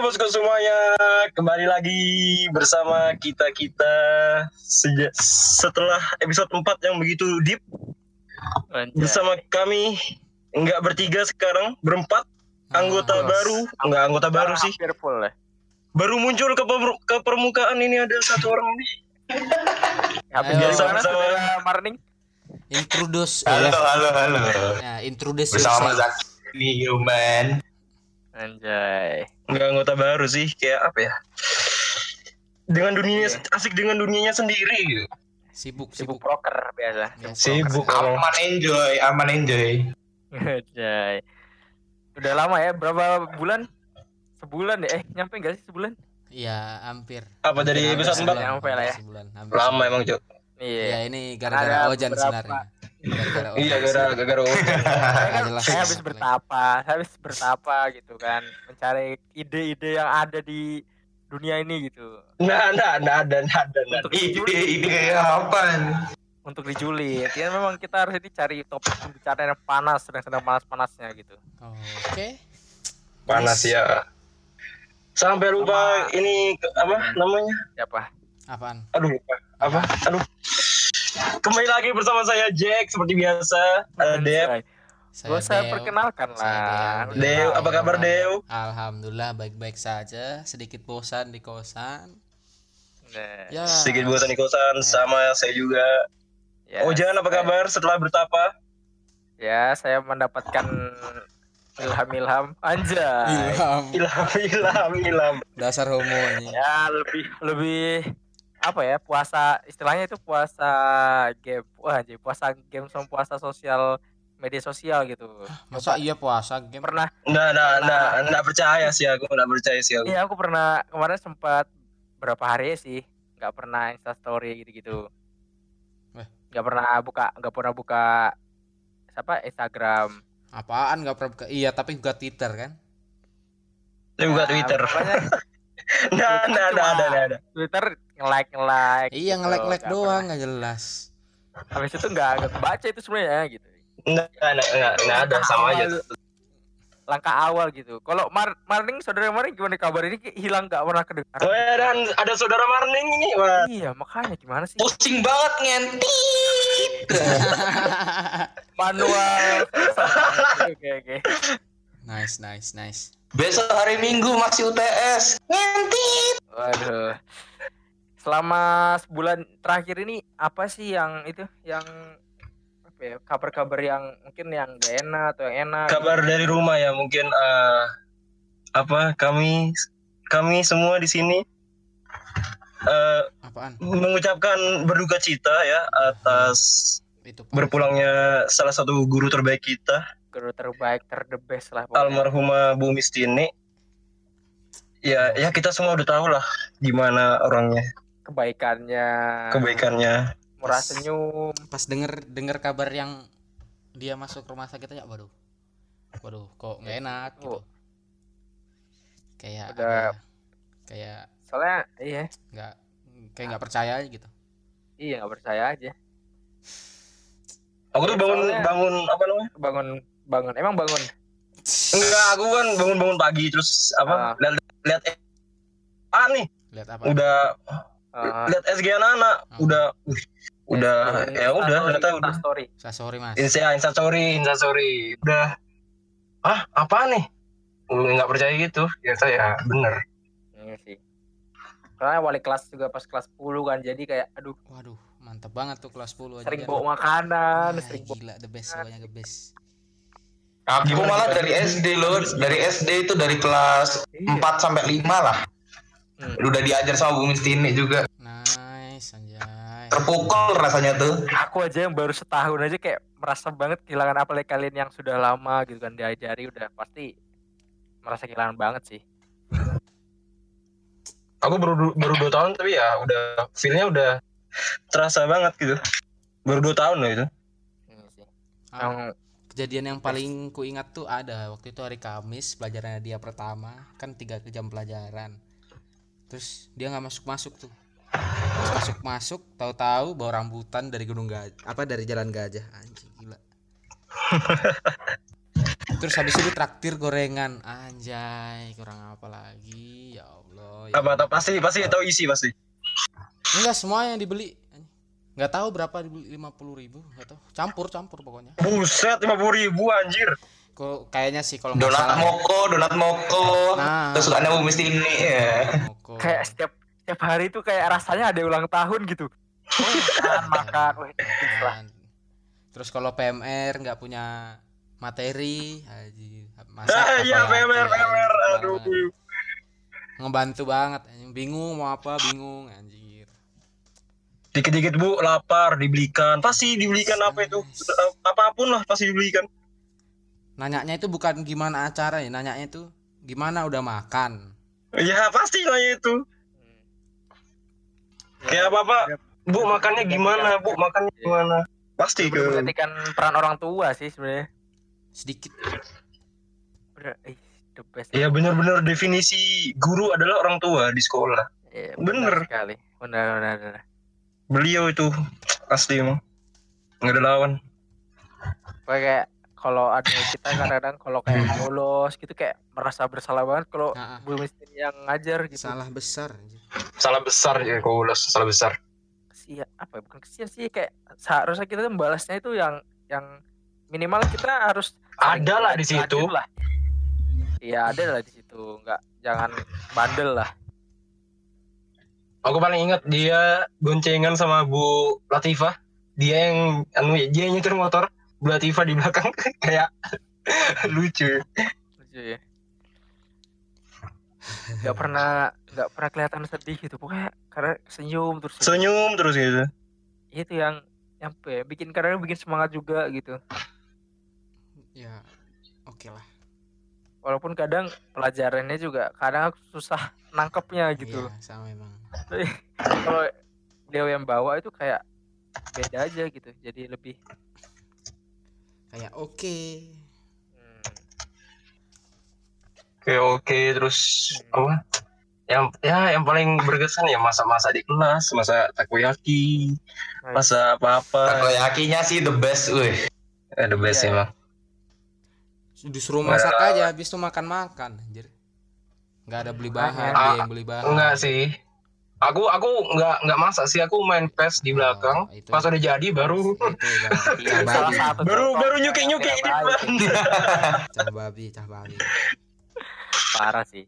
bosku semuanya, kembali lagi bersama kita setelah episode 4 yang begitu deep. Bersama kami nggak bertiga sekarang, berempat. Anggota baru, nggak anggota baru sih. Baru muncul ke permukaan ini ada satu orang ini. Biasa bersama Marning. Introduce. Halo. Ya, introduce bersama yourself. Zaki Human. Anjay. Nggak anggota baru sih, kayak apa ya? Dengan dunianya asik dengan dunianya sendiri gitu. Sibuk Proker biasa. Ya, Sibuk. Aman enjoy. Anjay. Udah lama ya, berapa bulan? Sebulan ya? Nyampe enggak sih sebulan? Iya, hampir. Apa dari episode 4? Nyampe lah ya. Lama emang, Cok. Iya. Ya, ini Ada gara-gara Ojan beberapa. sebenarnya. Iya, gara-gara Ojan. Saya habis bertapa gitu kan, mencari ide-ide yang ada di dunia ini gitu. Nah. Ide kayak apaan? Untuk dijulit. Ya memang kita harus ini cari topik pembicaraan yang panas, sedang panas-panasnya gitu. Oke. Panas ya. Sampai lupa ini apa namanya? Siapa? Apaan? Aduh. Kembali lagi bersama saya Jack seperti biasa. Dev. Saya perkenalkan lah. Dew, apa kabar Dew? Alhamdulillah baik-baik saja. Sedikit bosan di kosan. Nah, Ya. Sedikit bosan di kosan sama saya juga. ya, Ojan apa kabar setelah bertapa? Ya, saya mendapatkan ilham anjay. Ilham. Dasar homo ini. Ya, lebih apa ya? Puasa istilahnya itu puasa game. Wah, jadi puasa game sama puasa sosial media sosial gitu. Masa iya puasa game? Pernah. Nggak percaya sih aku. Iya, aku pernah kemarin sempat berapa hari sih nggak pernah Insta story gitu-gitu. Nggak pernah buka siapa Instagram. Apaan enggak pernah buka? Iya, tapi buka Twitter kan? Saya buka Twitter. Ada. Twitter nge-like. Iya, gitu. nge-like Nggak doang, pernah. enggak jelas. Habis itu nggak kebaca itu sebenarnya gitu. Nggak ada sama aja. Langkah awal gitu. Kalau Marning, saudara Marning gimana kabar ini? Hilang nggak pernah kedengaran. Oh ya, dan ada saudara Marning ini. Wah. Iya, makanya gimana sih? Pusing banget ngentit. Manual. Oke. Nice. Besok hari Minggu masih UTS. Ngentit. Waduh. Selama sebulan terakhir ini apa sih yang apa ya, kabar-kabar yang mungkin yang gak enak atau yang enak? Kabar dari rumah ya mungkin kami semua di sini Apaan? mengucapkan berduka cita ya atas Itu berpulangnya salah satu guru terbaik kita, Guru terbaik, the best lah pokoknya. almarhumah Bu Mistini. Ya kita semua udah tahu lah gimana orangnya, kebaikannya. Murah senyum. Pas denger kabar yang dia masuk rumah sakit aja, waduh kok nggak enak gitu. Kayak Udah. kayak Soalnya iya nggak percaya aja gitu. nggak percaya aja. Aku tuh bangun apa namanya? Bangun emang bangun. Enggak, aku kan bangun pagi terus lihat nih Lihat apa? udah lihat SG anak-anak udah ternyata udah Story. Sorry mas. Instastory udah apa nih nggak percaya gitu ya saya bener. Iya sih. Karena wali kelas juga pas kelas 10 kan, jadi kayak aduh Waduh mantap banget tuh kelas 10 aja. sering bawa makanan, Gila the best, pokoknya the best. Aku malah dari SD loh. Dari SD itu dari kelas 4 sampai 5 lah. Udah diajar sama Bu Mistini juga. Nice anjay. Terpukul rasanya tuh. Aku aja yang baru setahun aja kayak merasa banget kehilangan, apalagi kalian yang sudah lama gitu kan diajari, udah pasti merasa kehilangan banget sih. Aku baru 2 tahun tapi ya udah feelnya udah terasa banget gitu. Baru 2 tahun loh itu. Ini sih. Kejadian yang paling ku ingat tuh ada waktu itu hari Kamis, pelajarannya dia pertama kan 3 jam pelajaran. Terus dia nggak masuk tuh. Masuk tahu-tahu bawa rambutan dari Gunung Gajah, dari Jalan Gajah, anjing gila. Terus habis itu traktir gorengan. Anjay, kurang apa lagi? Ya Allah. Ya Apa pasti tahu isi pasti. Enggak, semua yang dibeli. Enggak tahu berapa dibeli, 50.000, enggak tahu. Campur pokoknya. Buset, 50.000 anjir. Kok kayaknya sih kalau enggak salah. Donat moko. Nah, kesukaannya Bu Misti ini ya. Moko. Kayak setiap hari itu kayak rasanya ada ulang tahun gitu. Makan. Terus kalau PMR nggak punya materi, Iya PMR, aduh. Ngebantu banget, bingung mau apa, anjir. Dikit-dikit Bu lapar dibelikan, pasti dibelikan apa itu, apapun lah pasti dibelikan. Nanyanya itu bukan gimana acara ya, nanyanya itu gimana udah makan. Ya pasti nanya itu. Kayak apa Bu makannya gimana, Bu makannya gimana? Pasti ke. Memperhatikan peran orang tua sih sebenarnya. Sedikit. The best. Ya benar-benar definisi guru adalah orang tua di sekolah. Ya, bener sekali. Benar. Beliau itu asli emang nggak ada lawan. Kayak kalau ada kita kadang-kadang kalau kayak bolos gitu kayak merasa bersalah banget kalau Bu Misti yang ngajar gitu. Salah besar Ya kalau bolos, salah besar. Iya, apa bukan kesian sih, kayak seharusnya kita membalasnya itu yang minimal kita harus ada lah di situ. Iya, ada lah di situ, jangan bandel lah. Aku paling ingat dia goncengan sama Bu Latifah. Dia yang nyetir motor, Bu Latifah di belakang kayak lucu ya. Gak pernah kelihatan sedih gitu, pokoknya karena senyum terus gitu. Itu yang bikin kadang bikin semangat juga gitu. Ya, oke lah. Walaupun kadang pelajarannya juga kadang aku susah nangkepnya gitu. Iya, sama emang. Tapi kalau dia yang bawa itu kayak beda aja gitu, jadi lebih kayak oke. Oke, terus apa? Yang paling berkesan ya masa-masa di kelas, masa takoyaki, masa apa-apa. Takoyakinya sih the best, The best emang. Disuruh masak aja, habis itu makan anjir. Enggak ada beli bahan, dia yang beli bahan. Enggak sih. Aku enggak masak sih, aku main PES di belakang. Pas udah jadi baru baru nyuki-nyuki di depan. Cah babi. Parah sih.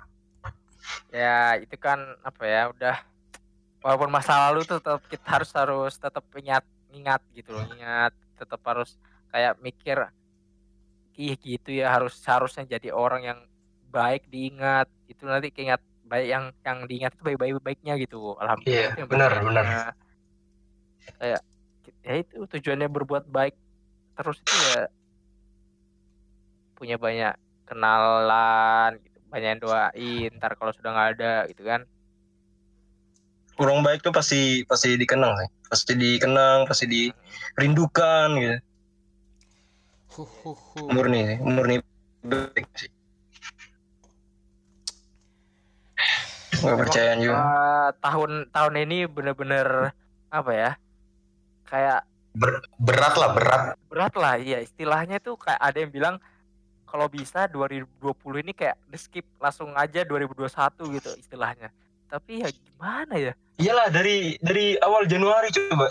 Ya itu kan apa ya, udah walaupun masa lalu tuh tetap kita harus tetap ingat gitu loh, tetap harus kayak mikir gitu ya, harusnya jadi orang yang baik diingat, itu nanti keingat baik, yang diingat itu baiknya gitu. Alhamdulillah. Iya, benar. Kayak ya itu tujuannya berbuat baik terus itu ya, punya banyak kenalan gitu, banyak yang doain ntar kalau sudah nggak ada gitu kan. Kurang baik tuh pasti dikenang sih, pasti dirindukan gitu. Murni baik sih. Nggak percayaan juga. Tahun ini bener-bener apa ya, kayak berat lah, iya, istilahnya tuh kayak ada yang bilang kalau bisa 2020 ini kayak the skip langsung aja 2021 gitu istilahnya. Tapi ya gimana ya? Iyalah dari awal Januari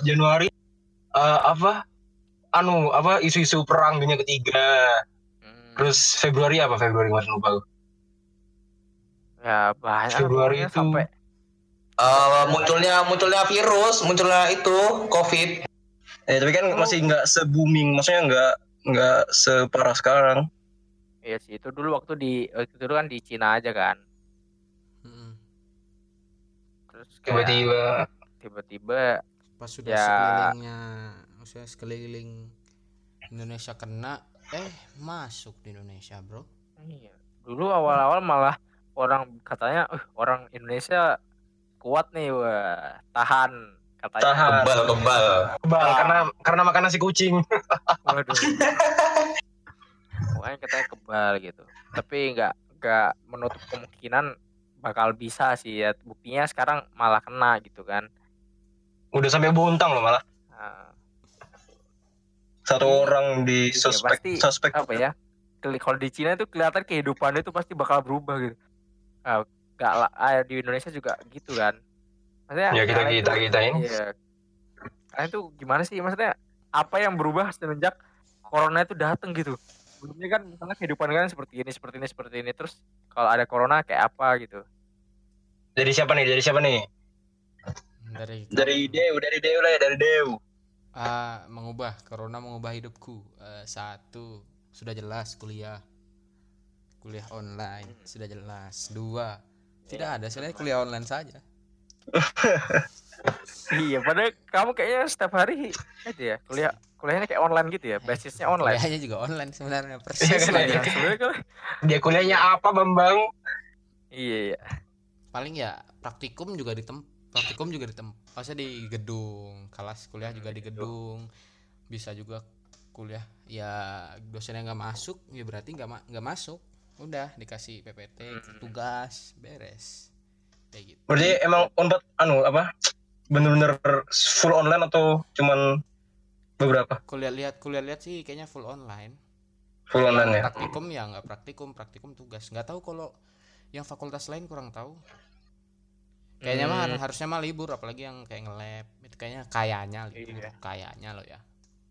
isu-isu perang dunia ketiga. Terus Februari Maret lupa. Ya banyak. Februari itu sampai munculnya virus, munculnya itu COVID. Tapi kan masih nggak se-booming, maksudnya nggak separah sekarang. Iya sih, itu dulu waktu dulu kan di Cina aja kan. Terus tiba-tiba pas sudah sekeliling Indonesia kena, masuk di Indonesia, bro. Iya. Dulu awal-awal malah orang katanya, orang Indonesia kuat nih, wah, tahan katanya. Kebal karena makan nasi kucing. Waduh. Pokoknya katanya kebal gitu. Tapi nggak menutup kemungkinan bakal bisa sih ya. Buktinya sekarang malah kena gitu kan. Udah sampai Bontang loh malah. Satu orang di suspek apa ya? kalau di Cina itu kelihatan kehidupannya itu pasti bakal berubah gitu. Enggak lah, di Indonesia juga gitu kan. Maksudnya ya kita ini. Iya. Kalian tuh gimana sih, maksudnya apa yang berubah semenjak corona itu datang gitu? Sebelumnya kan misalnya kehidupan kalian seperti ini, terus kalau ada corona kayak apa gitu? Dari siapa nih? Dari Dew. Corona mengubah hidupku. Satu, sudah jelas kuliah online, sudah jelas. Dua, tidak ada, sebenarnya kuliah online saja. Iya, padahal kamu kayaknya setiap hari aja ya kuliahnya kayak online gitu ya, basisnya online. Kuliahnya juga online sebenarnya, persis. Dia kuliahnya apa, Bambang? Iya. Paling ya praktikum juga di maksudnya di gedung, kelas kuliah juga di gedung. Bisa juga kuliah ya dosennya nggak masuk, ya berarti nggak masuk. Udah dikasih PPT, tugas, beres. Kayak gitu. Berarti emang Unpad bener-bener full online atau cuman beberapa? Kuliah lihat sih kayaknya full online. Full online ya. Praktikum ya nggak praktikum tugas. Nggak tahu kalau yang fakultas lain, kurang tahu. Kayaknya mah harusnya mah libur, apalagi yang kayak nge-lab itu kayaknya libur. Kayaknya loh ya.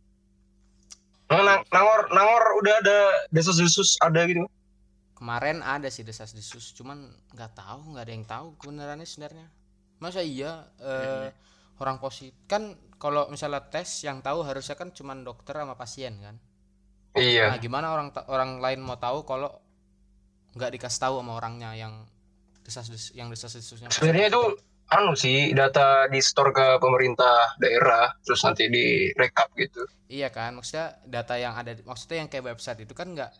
Nangor udah ada desas-desus ada gitu. Kemarin ada sih desas-desus, cuman nggak ada yang tahu kebenarannya sebenarnya. Masa iya orang positif kan, kalau misalnya tes yang tahu harusnya kan cuman dokter sama pasien kan. Iya. Nah, gimana orang lain mau tahu kalau nggak dikasih tahu sama orangnya yang desas-desusnya. Sebenarnya itu sih data di store ke pemerintah daerah, terus nanti direkap gitu. Iya kan, maksudnya data yang ada, maksudnya yang kayak website itu kan nggak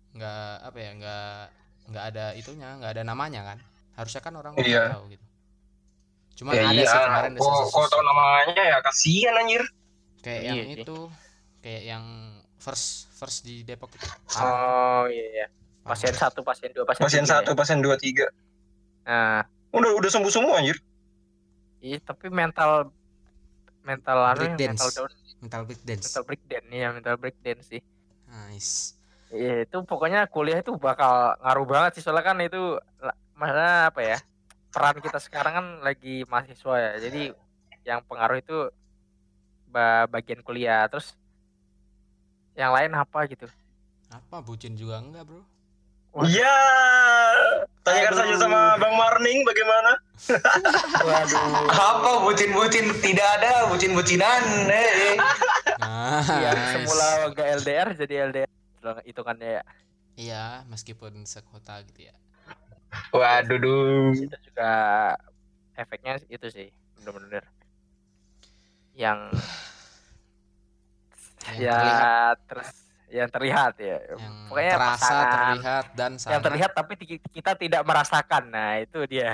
ada itunya, nggak ada namanya kan. Harusnya kan orang tahu gitu. Cuma ada sih kemarin desas-desus. Kok tahu namanya ya kasihan anjir. Kayak yang itu, kayak yang first di Depok itu. Oh iya. Pasien 1, pasien 2, pasien 1, pasien 2, 3. Nah, udah sembuh semua anjir. Iya, tapi mental breakdance sih. Nice. Iya, itu pokoknya kuliah itu bakal ngaruh banget sih, soalnya kan itu maksudnya apa ya? Peran kita sekarang kan lagi mahasiswa ya. Jadi yang pengaruh itu bagian kuliah, terus yang lain apa gitu. Apa bucin juga enggak, Bro? Iya. Tanyakan saja sama Bang Marning bagaimana. Waduh. Apa bucin-bucin, tidak ada bucin-bucinan. Yang semula enggak LDR jadi LDR hitungannya ya. Iya, meskipun sekota gitu ya. Waduh. Itu juga efeknya itu sih, benar-benar yang terlihat ya. Yang pokoknya terasa, pasangan, terlihat dan sana. Yang terlihat tapi kita tidak merasakan. Nah, itu dia.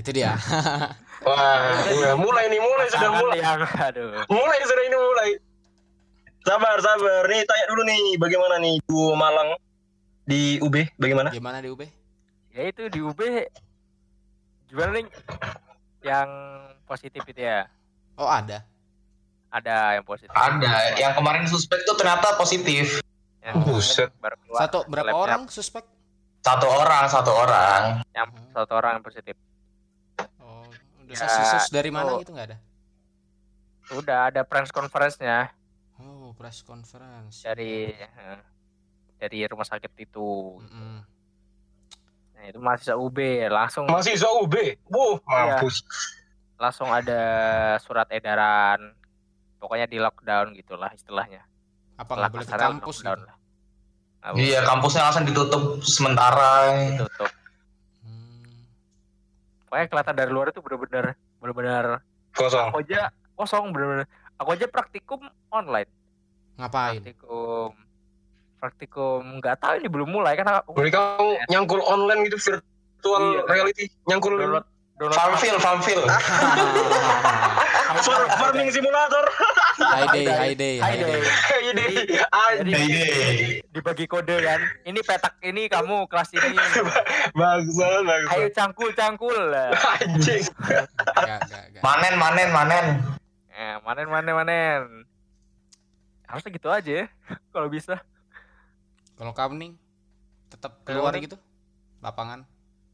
Wah, mulai sudah mulai. Mulai. Sabar. Nih tanya dulu nih, bagaimana nih duo Malang di UB? Bagaimana? Gimana di UB? Ya itu di UB gimana nih yang positif itu ya? Oh, ada yang positif. Ada. Yang kemarin suspek tuh ternyata positif. Buset. Berapa orang suspek? Satu orang. Yang satu orang yang positif. Oh, desas-desus dari mana gitu nggak ada? Udah ada press conference-nya. Oh, press conference. Dari rumah sakit itu. Nah, itu mahasiswa UB langsung. Mahasiswa UB. Mampus. Langsung ada surat edaran. Pokoknya di lockdown gitulah istilahnya. Apa nggak boleh ke kampus gitu? Iya, kampusnya langsung ditutup sementara. Ditutup. Pokoknya kelihatan dari luar itu benar-benar kosong. Aku aja kosong benar-benar. Aku aja praktikum online. Ngapain? Praktikum nggak tahu, ini belum mulai kan. Boleh kamu nyangkul online gitu, virtual reality, nyangkul download Farmville. Farming simulator. High day. Dibagi kode kan. Ini petak ini kamu kelas ini. Bagus. Ayo cangkul. Anjing. Gak. Manen. Harusnya gitu aja ya, kalau bisa. Kalau kamu nih tetap keluar gitu lapangan?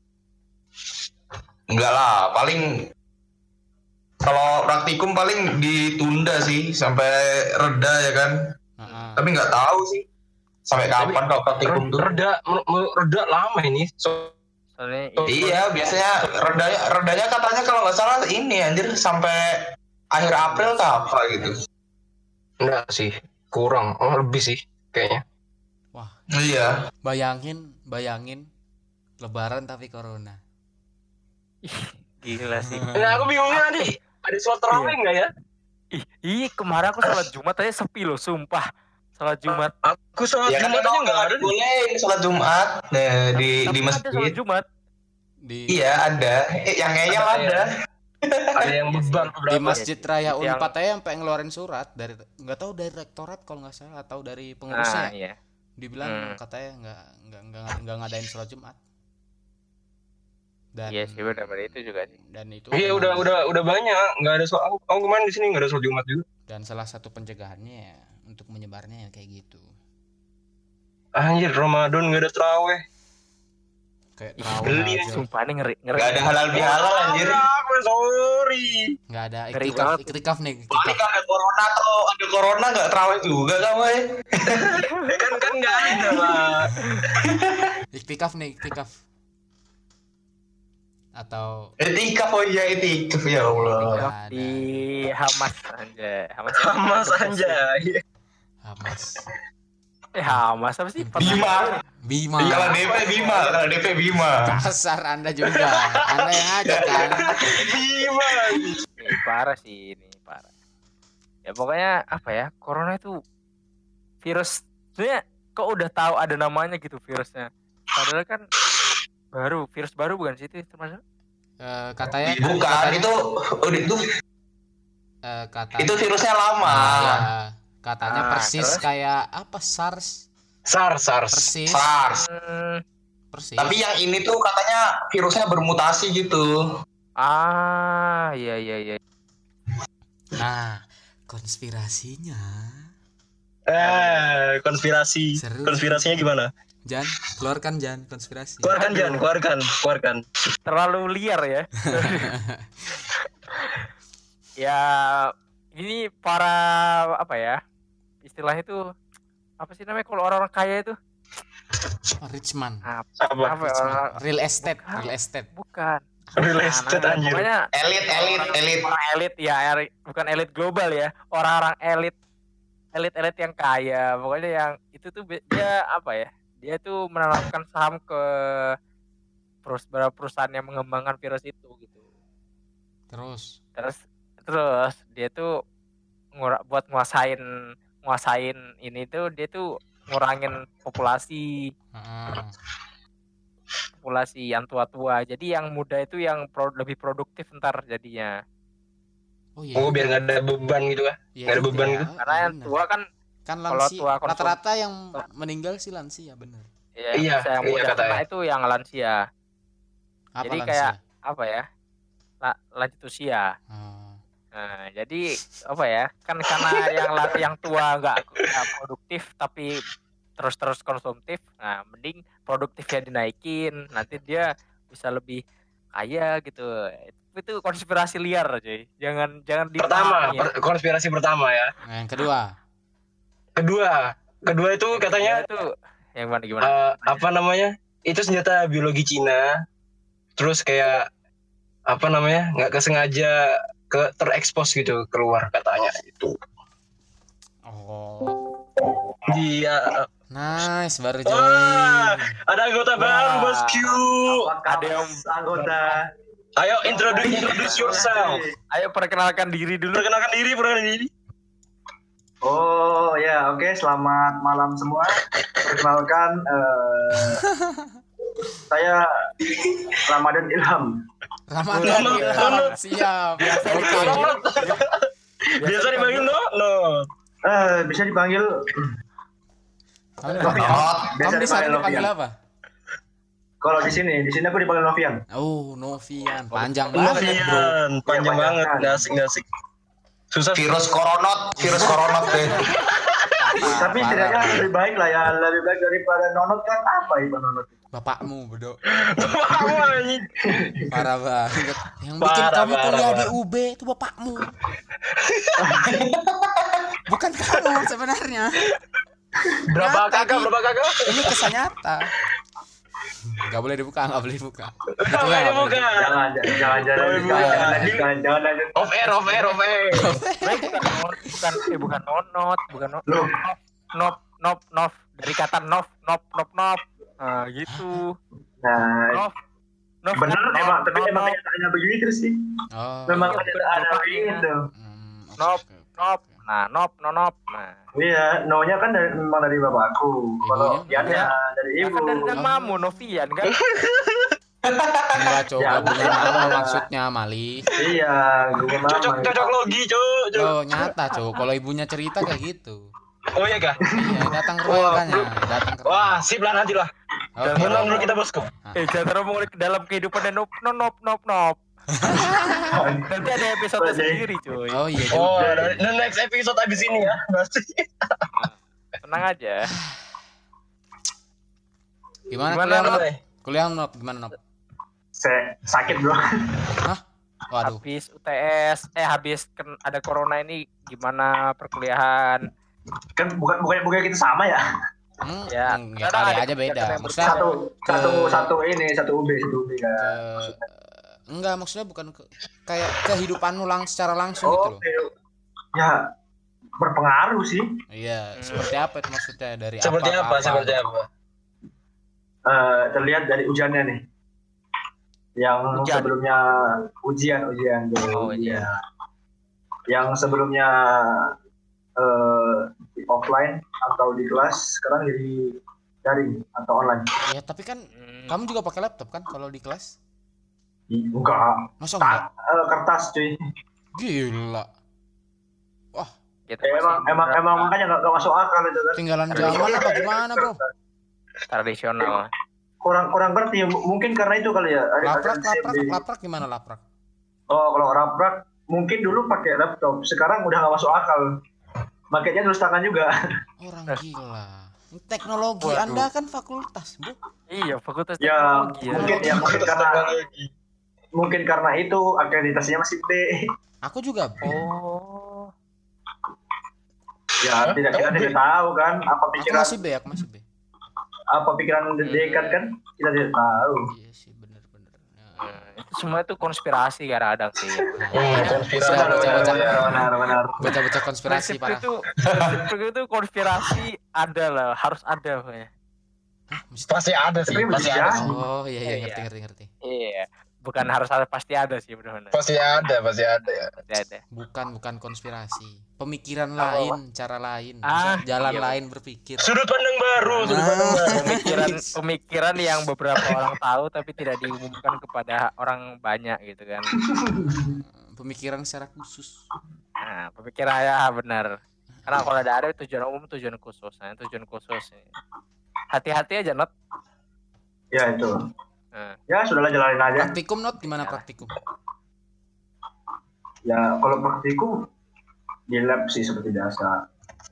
Enggak lah, paling kalau praktikum paling ditunda sih sampai reda ya kan. Tapi nggak tahu sih sampai kapan kalau praktikum tuh. Reda lama ini. Iya, biasanya redanya katanya kalau nggak salah ini anjir sampai akhir April atau apa gitu. Enggak sih, kurang. Lebih sih kayaknya. Wah. Iya. Bayangin Lebaran tapi corona. Gila sih. Nah, aku bingungnya nanti ada sholat tarawih nggak ya? Kemarin aku sholat Jumat aja sepi loh, sumpah. Sholat Jumat. Aku sholat Ya, Jumat aja nggak ada. Boleh sholat Jumat di masjid. Ada sholat Jumat. Iya ada. Yang ngeyel ada. Ada yang beban Di Masjid Raya Unpad aja sampai ngeluarin surat dari nggak tahu dari rektorat kalau nggak salah atau dari pengurusnya. Iya. Dibilang katanya nggak ngadain sholat Jumat. Dan, iya sih benar itu juga sih. Dan itu iya udah banyak nggak ada soal. Aku kemarin di sini nggak ada sholat Jumat juga. Dan salah satu pencegahannya ya untuk menyebarnya ya kayak gitu. Anjir, Ramadan nggak ada taraweh. Kayak Beli sumpah ini ngeri. Nggak ada halal bihalal anjir. Sorry. Nggak ada iktikaf nih. Paling kalau ada corona nggak terawih juga kamu ya. kan nggak ada lah. Iktikaf atau Etikaf ya Allah. Di Hamas anjay. Hamas Hamas apa sih? Bima. Kalau DP Bima. Kasar Anda juga. Anda yang aja kan. Bima. Ini parah sih ini, parah. Ya pokoknya apa ya? Corona itu virus sebenarnya kok udah tahu ada namanya gitu virusnya. Padahal kan virus baru bukan sih itu termasuk? Katanya itu itu virusnya lama. Ya, katanya persis terus? Kayak apa SARS. Persis. Persis. Tapi yang ini tuh katanya virusnya bermutasi gitu. Iya. Nah, konspirasinya. Konspirasi. Seru. Konspirasinya gimana? Jan, keluarkan konspirasi. Keluarkan. Terlalu liar ya. Ya, ini para apa ya? Istilahnya itu apa sih namanya kalau orang-orang kaya itu? Rich man. Real estate. Bukan. Real estate anjir. Pokoknya elit. Orang elit ya, bukan elit global ya. Orang-orang elit yang kaya. Pokoknya yang itu tuh dia apa ya? Dia tuh menanamkan saham ke perusahaan yang mengembangkan virus itu gitu. Terus dia tuh buat nguasain ini tuh dia tuh ngurangin populasi yang tua-tua. Jadi yang muda itu yang lebih produktif ntar jadinya. Biar nggak ada beban gitu kan? Nggak ada beban gitu. Karena yang tua kan lansia. Rata-rata yang meninggal sih lansia bener. Iya. Yang muda karena itu yang lansia. Jadi lansia? Kayak apa ya? Lanjut usia. Nah, jadi apa ya? Kan karena yang tua nggak produktif tapi terus konsumtif. Nah, mending produktifnya dinaikin. Nanti dia bisa lebih kaya gitu. Itu konspirasi liar, cuy. Jangan konspirasi pertama ya. Nah, yang kedua itu katanya itu yang gimana? Apa namanya? Itu senjata biologi Cina. Terus kayak apa namanya? Nggak kesengaja terekspos gitu keluar katanya itu. Dia nice baru join. Ada anggota baru Bosku. Ada yang anggota. Ayo introduce yourself. Ayo perkenalkan diri dulu. Perkenalkan diri. Oh ya, oke. Selamat malam semua. Perkenalkan, saya Ramadan Ilham. Siap. Biasa dipanggil no. Bisa dipanggil. Kamu di sana dipanggil apa? Kalau di sini aku dipanggil Novian. Oh, Novian. Panjang banget, bro. Panjang banget, nggak asik. Susah. Virus koronot deh. Tapi setidaknya lebih baik lah ya, lebih baik daripada nonot kan apa itu nonot? Bapakmu bodoh. Bapakmu anjing. Parah banget. Yang bikin kamu kuliah di UB itu bapakmu. Bukan kamu sebenarnya. Berapa kakak? Ini kisah nyata. Gak boleh dibuka. Jangan lanjut. Off air. Bukan nonot. Nop dari kata nop. Nah, gitu. Nah, bener emang, tapi emang kenyataannya begitu sih. Memang kenyataannya begitu. Nop. Nah, nop. Nah. Iya, no-nya kan memang dari bapakku. Kalau Yan-nya dari ibu. Kan dari namamu, Novian kan. Enggak, coba bukan nama maksudnya, Mali. Iya, cocok logi, Cok. Oh, nyata, Cok. Kalau ibunya cerita kayak gitu. Oh iya kah? Iya, datang ke ruangannya, Wah, sip lah nanti lah. Menang dulu kita, Bosku. Jangan ngomong dalam kehidupan dan nop. Nanti ada episode sendiri, cuy. Oh iya. Oh, next episode abis ini ya. Pasti. Tenang aja. Gimana kuliah Nop? Gimana Nop? Sakit bro. Hah? Waduh. Habis UTS, habis ada corona ini gimana perkuliahan? Kan bukan kita sama ya. Ya kali aja beda. Maksudnya satu UB kan. Enggak, maksudnya bukan kayak kehidupanmu secara langsung gitu loh. Ya berpengaruh sih. Iya, seperti apa itu maksudnya dari seperti apa? Terlihat dari ujiannya nih. Yang sebelumnya ujian dulu. Iya. Yang sebelumnya offline atau di kelas, sekarang jadi daring atau online. Ya tapi kan kamu juga pakai laptop kan kalau di kelas? Enggak. Masa enggak? Kertas cuy. Gila. Wah. Emang makanya nggak masuk akal itu kan. Tinggalan zaman apa gimana bro? Tradisional. Kurang ngerti, mungkin karena itu kali ya. Laprak gimana laprak? Oh kalau laprak mungkin dulu pakai laptop, sekarang udah nggak masuk akal. Makanya tulis tangan juga. Orang gila. Teknologi. Waduh. Anda kan fakultas, Bu. Iya, fakultas teknologi. Ya, mungkin karena itu akreditasinya masih B. Aku juga B. Oh. Ya, tidak tahu kan apa pikiran. Aku masih B. Apa pikiran dekan kan kita tidak tahu. Iya sih, benar. Itu semua itu konspirasi kadang sih. Benar. Baca konspirasi parah. Itu konspirasi ada lah, harus ada pokoknya. Pasti ada sih, pasti ada. Oh iya ngerti. Iya. Bukan harus ada, pasti ada sih benar-benar. Pasti ada ya. Ada. Bukan konspirasi. Pemikiran lain, cara lain, jalan lain berpikir. Sudut pandang baru. Pemikiran yang beberapa orang tahu tapi tidak diumumkan kepada orang banyak gitu kan. Pemikiran secara khusus. Nah, pemikiran ya benar. Karena kalau ada tujuan umum, tujuan khusus. Nah, tujuan khusus. Hati-hati aja, Not. Ya itu. Ya sudahlah jalanin aja. Praktikum Not gimana praktikum? Ya kalau praktikum di lab sih seperti biasa.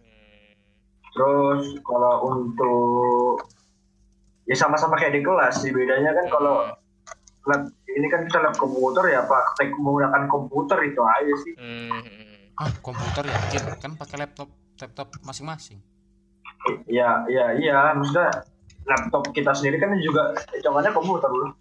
Terus kalau untuk ya sama-sama kayak di kelas sih, bedanya kan kalau lab ini kan kita lab komputer ya praktek menggunakan komputer itu aja sih. Komputer yakin kan pakai laptop masing-masing. Iya maksudnya laptop kita sendiri kan juga hitungannya komputer loh.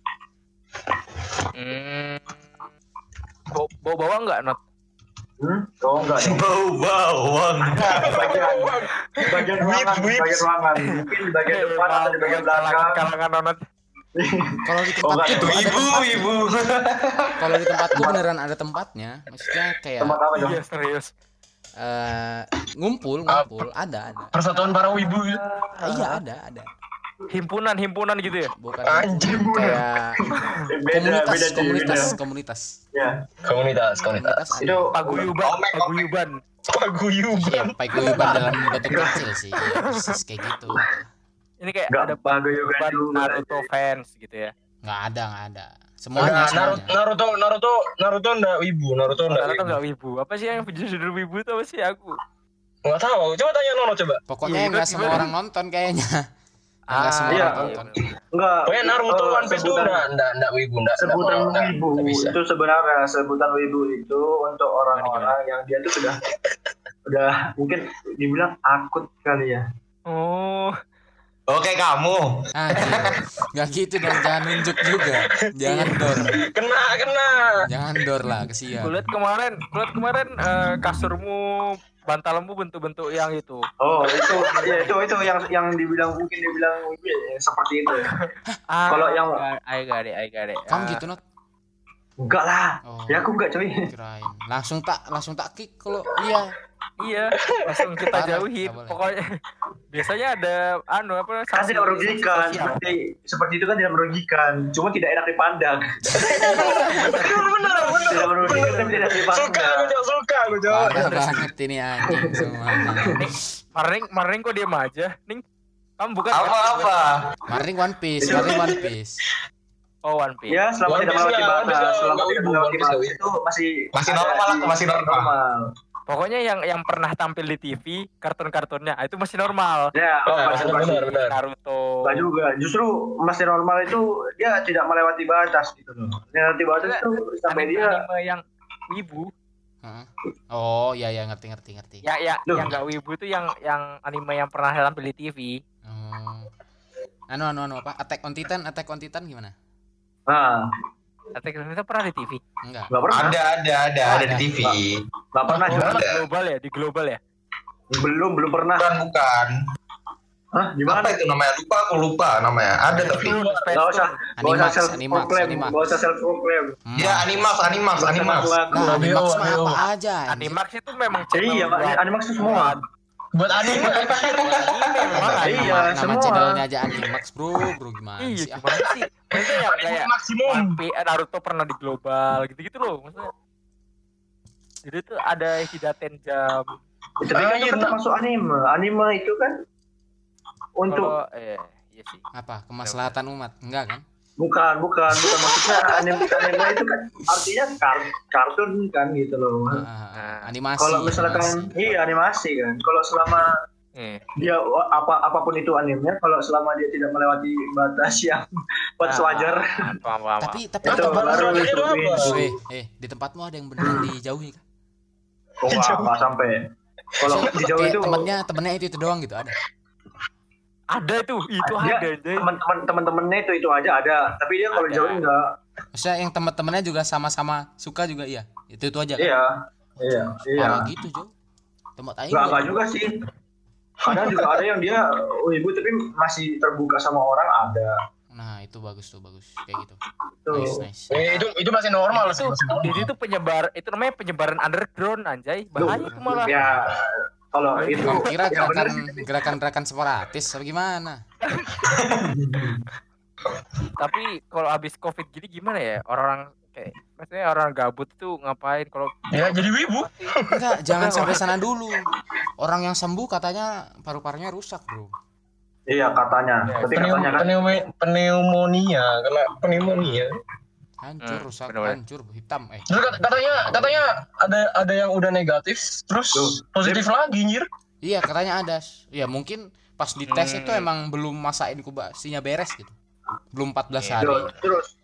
Bawa enggak, Not? Oh enggak. Bau-bauan. Bagian ruangan. Mungkin di bagian depan atau di bagian belakang. Kalangan Not. Kalau di tempatku ibu. Kalau di tempatku beneran ada tempatnya. Maksudnya kayak tempat apa dong? Iya, serius. Ngumpul ada. Persatuan para wibu. Iya ada. Himpunan gitu ya? Bukan anjing, kayak komunitas. Ya. Komunitas. Itu paguyuban. Iya, paguyuban dalam bentuk kecil sih. Ya, persis kayak gitu. Ini kayak ada paguyuban Naruto fans gitu ya. Enggak ada. Semuanya. Naruto enggak wibu. Naruto enggak wibu. Apa sih yang judul wibu itu apa sih aku? Enggak tahu. Coba tanya Nono coba. Pokoknya enggak semua orang nonton kayaknya. Enggak semua iya. orang nonton. Enggak. Pokoknya Naruto One Piece itu enggak wibu, enggak. Sebutan wibu itu sebenarnya sebutan wibu itu untuk orang-orang yang dia tuh udah mungkin dibilang akut kali ya. Oh. Oke, kamu. Enggak gitu dong, jangan nunjuk juga. Jangan dor. Kena. Jangan dor lah, kesian. Kulihat kemarin kasurmu bantalmu bentuk-bentuk yang itu. Oh, itu yang dibilang seperti itu. Kalau yang I got it. Kamu gitu, Not? enggak lah. Ya aku enggak coy. Kirain. Langsung tak kick kalau Iya, langsung kita jauhin. Pokoknya biasanya ada kan tidak merugikan seperti itu kan tidak merugikan, cuma tidak enak dipandang. Benar. Tidak merugikan tapi tidak dipandang. Suka aku jawab. Parah banget ini anjing semua. Maring kok diam aja, Ning? Kamu bukan Apa? Maring One Piece. Oh, One Piece. Ya, selama tidak melewati batas itu masih normal. Pokoknya yang pernah tampil di TV, kartun-kartunnya itu masih normal. Ya, benar. Naruto. Enggak juga. Justru masih normal itu dia tidak melewati batas gitu loh. Melewati batas itu sampai dia anime yang wibu. Oh, ya ngerti. Ya, yang enggak wibu itu yang anime yang pernah tampil di TV. Apa? Attack on Titan gimana? Nah, Attack on Titan pernah di TV? Enggak pernah. Ada di TV. Enggak pernah juga. Di global ya? Belum pernah. Bukan. Hah, gimana? Apa itu namanya? Aku lupa namanya. Ada tapi Enggak usah self proclaim. Ya, Animax. Nah, Animax mah apa aja? Animax itu memang Iya, Animax itu semua. Buat anime. Iya, Nama semua. channelnya aja Animax, bro gimana sih? Gimana sih? Maksudnya yang kayak maksimum. Naruto pernah di global gitu loh maksudnya. Jadi itu ada Hidaten jam. Tapi kan itu termasuk anime itu kan untuk iya sih. Apa? Kemaslahatan umat? Enggak kan? bukan maksudnya anime itu kan artinya kartun kan gitu loh. Animasi. Kalau misalkan animasi kan. Kalau selama dia apapun itu animenya, kalau selama dia tidak melewati batas yang wajar. Tapi di tempatmu ada yang beneran dijauhi kan? Enggak sampai. Kalau dijauh itu temennya itu doang gitu ada. Ada itu ada. Teman-temannya itu aja ada, tapi dia kalau jauh enggak. Maksudnya yang teman-temannya juga sama-sama suka juga iya. Itu aja kan? Iya. Gitu, Jo. Tempat aing. Enggak juga sih. Kadang juga ada yang dia ibu tapi masih terbuka sama orang ada. Nah, itu bagus kayak gitu. Nice. Itu masih normal sih. Itu namanya penyebaran underground anjay. Bahaya itu malah. Ya. Kalau itu kira gerakan separatis apa gimana? Tapi kalau habis Covid gini gimana ya? Orang kayak maksudnya orang gabut tuh ngapain kalau jadi wibu? Enggak, jangan sampai sana dulu. Orang yang sembuh katanya paru-parunya rusak, Bro. Iya, katanya. Tapi katanya kan pneumonia, kena pneumonia. Hancur, rusak, hancur, hitam. Terus katanya ada yang udah negatif, terus positif lagi nyir. Iya, katanya ada. Ya mungkin pas dites itu emang belum masa inkubasinya beres gitu. Belum 14 hari. Terus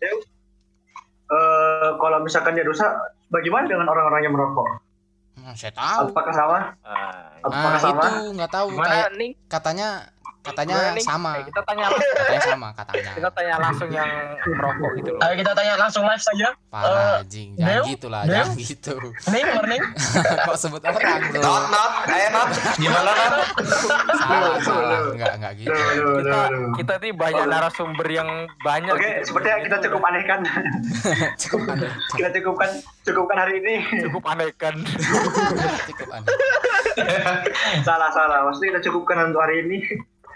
kalau misalkan dia rusak, bagaimana dengan orang-orang yang merokok? Saya tahu. Apakah sama? Itu nggak tahu. Katanya sama. Kita tanya langsung. Kita tanya langsung yang merokok gitu loh. Ayo kita tanya langsung live saja. Parah anjing. Jangan gitulah, jangan gitu. Morning. Kok sebut orang, Bro? Not. Gimana, Not? Salah. Enggak gitu. Kita nih banyak narasumber yang banyak. Oke, sepertinya kita cukup aneh kan. Kita cukupkan hari ini. Cukup aneh kan. Cukup aneh. Salah. Maksudnya kita cukupkan untuk hari ini.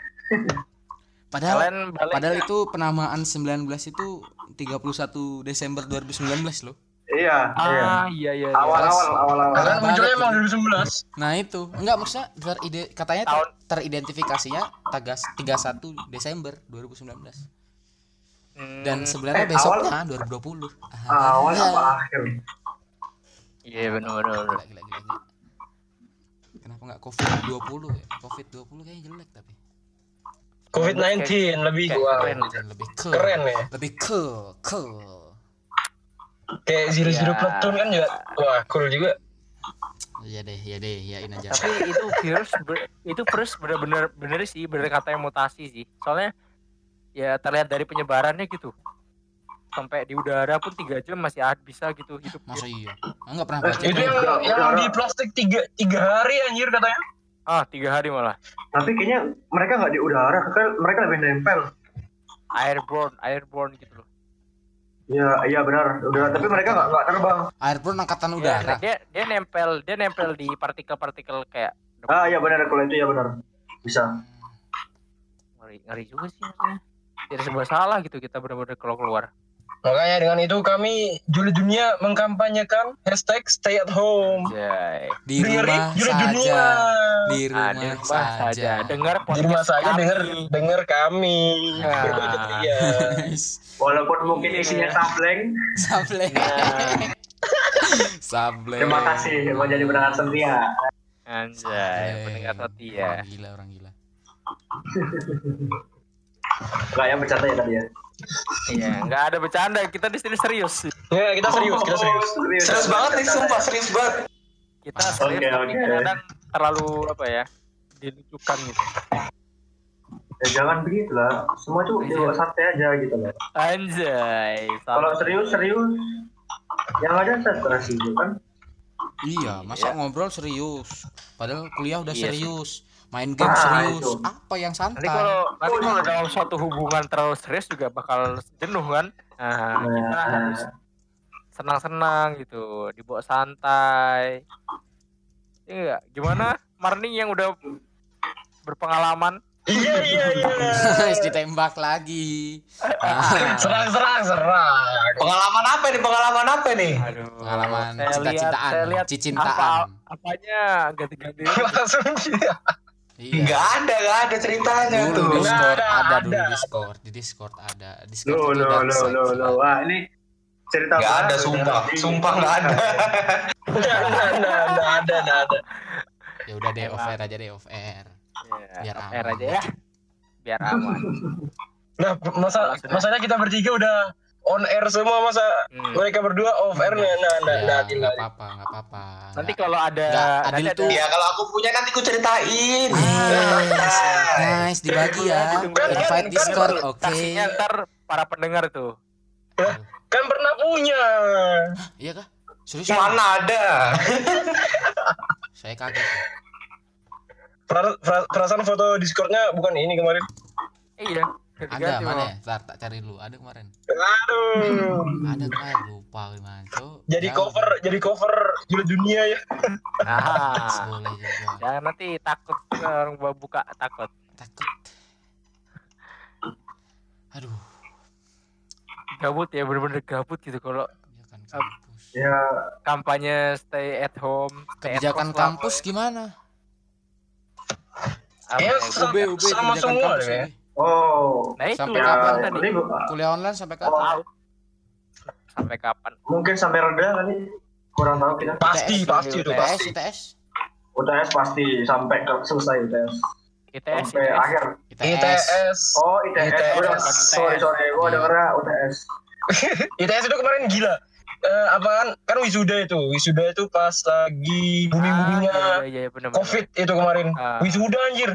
Padahal itu penamaan 19 itu 31 Desember 2019 loh. Iya. Awal-awal. Karena munculnya emang 2011. Nah itu, enggak maksudnya katanya teridentifikasinya 31 Desember 2019. Dan sebenarnya besoknya 2020. Awal apa akhir? Iya benar. Gila. Kenapa enggak COVID-20 ya? COVID-20 kayaknya jelek tapi. COVID-19 lebih keren ya. Lebih cool. Kayak Zero Platoon kan juga wah cool juga. Iya deh, iyain aja. Tapi itu virus bener sih, bener katanya mutasi sih. Soalnya ya terlihat dari penyebarannya gitu. Sampai di udara pun 3 jam masih bisa gitu hidup. Masa iya? Enggak pernah baca. Itu yang di plastik 3 hari anjir katanya. 3 hari malah. Tapi kayaknya mereka nggak di udara, mereka lebih nempel. Airborne gitu loh. Iya benar. Udara, tapi mereka nggak terbang. Airborne angkatan udara. Dia nempel di partikel-partikel kayak. Iya benar, kalau itu ya benar. Bisa. Ngeri juga sih maksudnya. Tidak sebuah salah gitu kita benar-benar keluar. Makanya dengan itu kami Juli Dunia mengkampanyekan #StayAtHome. Di rumah saja. Di rumah saja. Dengar di rumah saja dengar kami. Iya. Walaupun mungkin isinya sableng. Sableng. Terima kasih mau jadi pendengar setia. Anjay, pendengar setia. Orang gila. Enggak ya bercanda ya tadi ya. Iya, enggak ada bercanda, kita di sini serius. Ya, kita serius. Serius banget nih, sumpah serius banget. Kita serius tapi kadang terlalu dilucukan gitu. Ya jangan begitu lah. Semua tuh dibawa santai aja gitu loh. Anjay. Kalau serius yang ada stres gitu kan. Iya, masa ngobrol serius. Padahal kuliah udah serius. Main game serius, itu. Apa yang santai? Nanti kalau dalam suatu hubungan terlalu serius juga bakal jenuh kan? Kita harus senang-senang gitu, dibawa santai. Iya, gimana Marni yang udah berpengalaman? Iya. Harus ditembak lagi. Serang. Pengalaman apa nih? Aduh, pengalaman cicintaan. Apanya ganti-ganti. Langsung dia. Iya. Nggak ada ceritanya dulu tuh. Di Discord ada. Discord itu Wah, ini cerita nggak ada, sumpah nggak ada. Nggak ada. Ya udah deh, off air. Biar aman aja ya. Biar aman. Nah, masalahnya kita bertiga udah on air semua, masa mereka berdua off air. Nggak apa-apa. Nanti kalau ada adil tuh. Ya kalau aku punya nanti ku ceritain. Nice, dibagi ya. Invite Discord, oke. Saksinya ntar para pendengar tuh. Kan pernah punya. Iya kah? Serius? Mana ada? Saya kaget. Perasaan foto Discordnya bukan ini kemarin. Iya. Ada mana ya? Tak cari dulu. Ada kemarin. Aduh. Ada kemarin, lupa gimana. Jadi cover Juli Dunia ya. Boleh juga. Jangan nanti takut orang buka takut. Aduh. Gabut ya, bener-bener gabut gitu kalau kampus. Ya kampanye stay at home. Kebijakan kampus gimana? UB sama semua deh. Oh, nah itu sampai kapan tadi? Kuliah online sampai kapan? Sampai kapan? Mungkin sampai reda kali. Kurang tahu kita. Pasti itu pasti. UTS pasti sampai selesai UTS. Sampai akhir. ITS. Oh, ITS. Sorry, gua dengernya UTS. ITS itu kemarin gila. Kan wisuda itu pas lagi booming-boomingnya COVID itu kemarin. Wisuda anjir.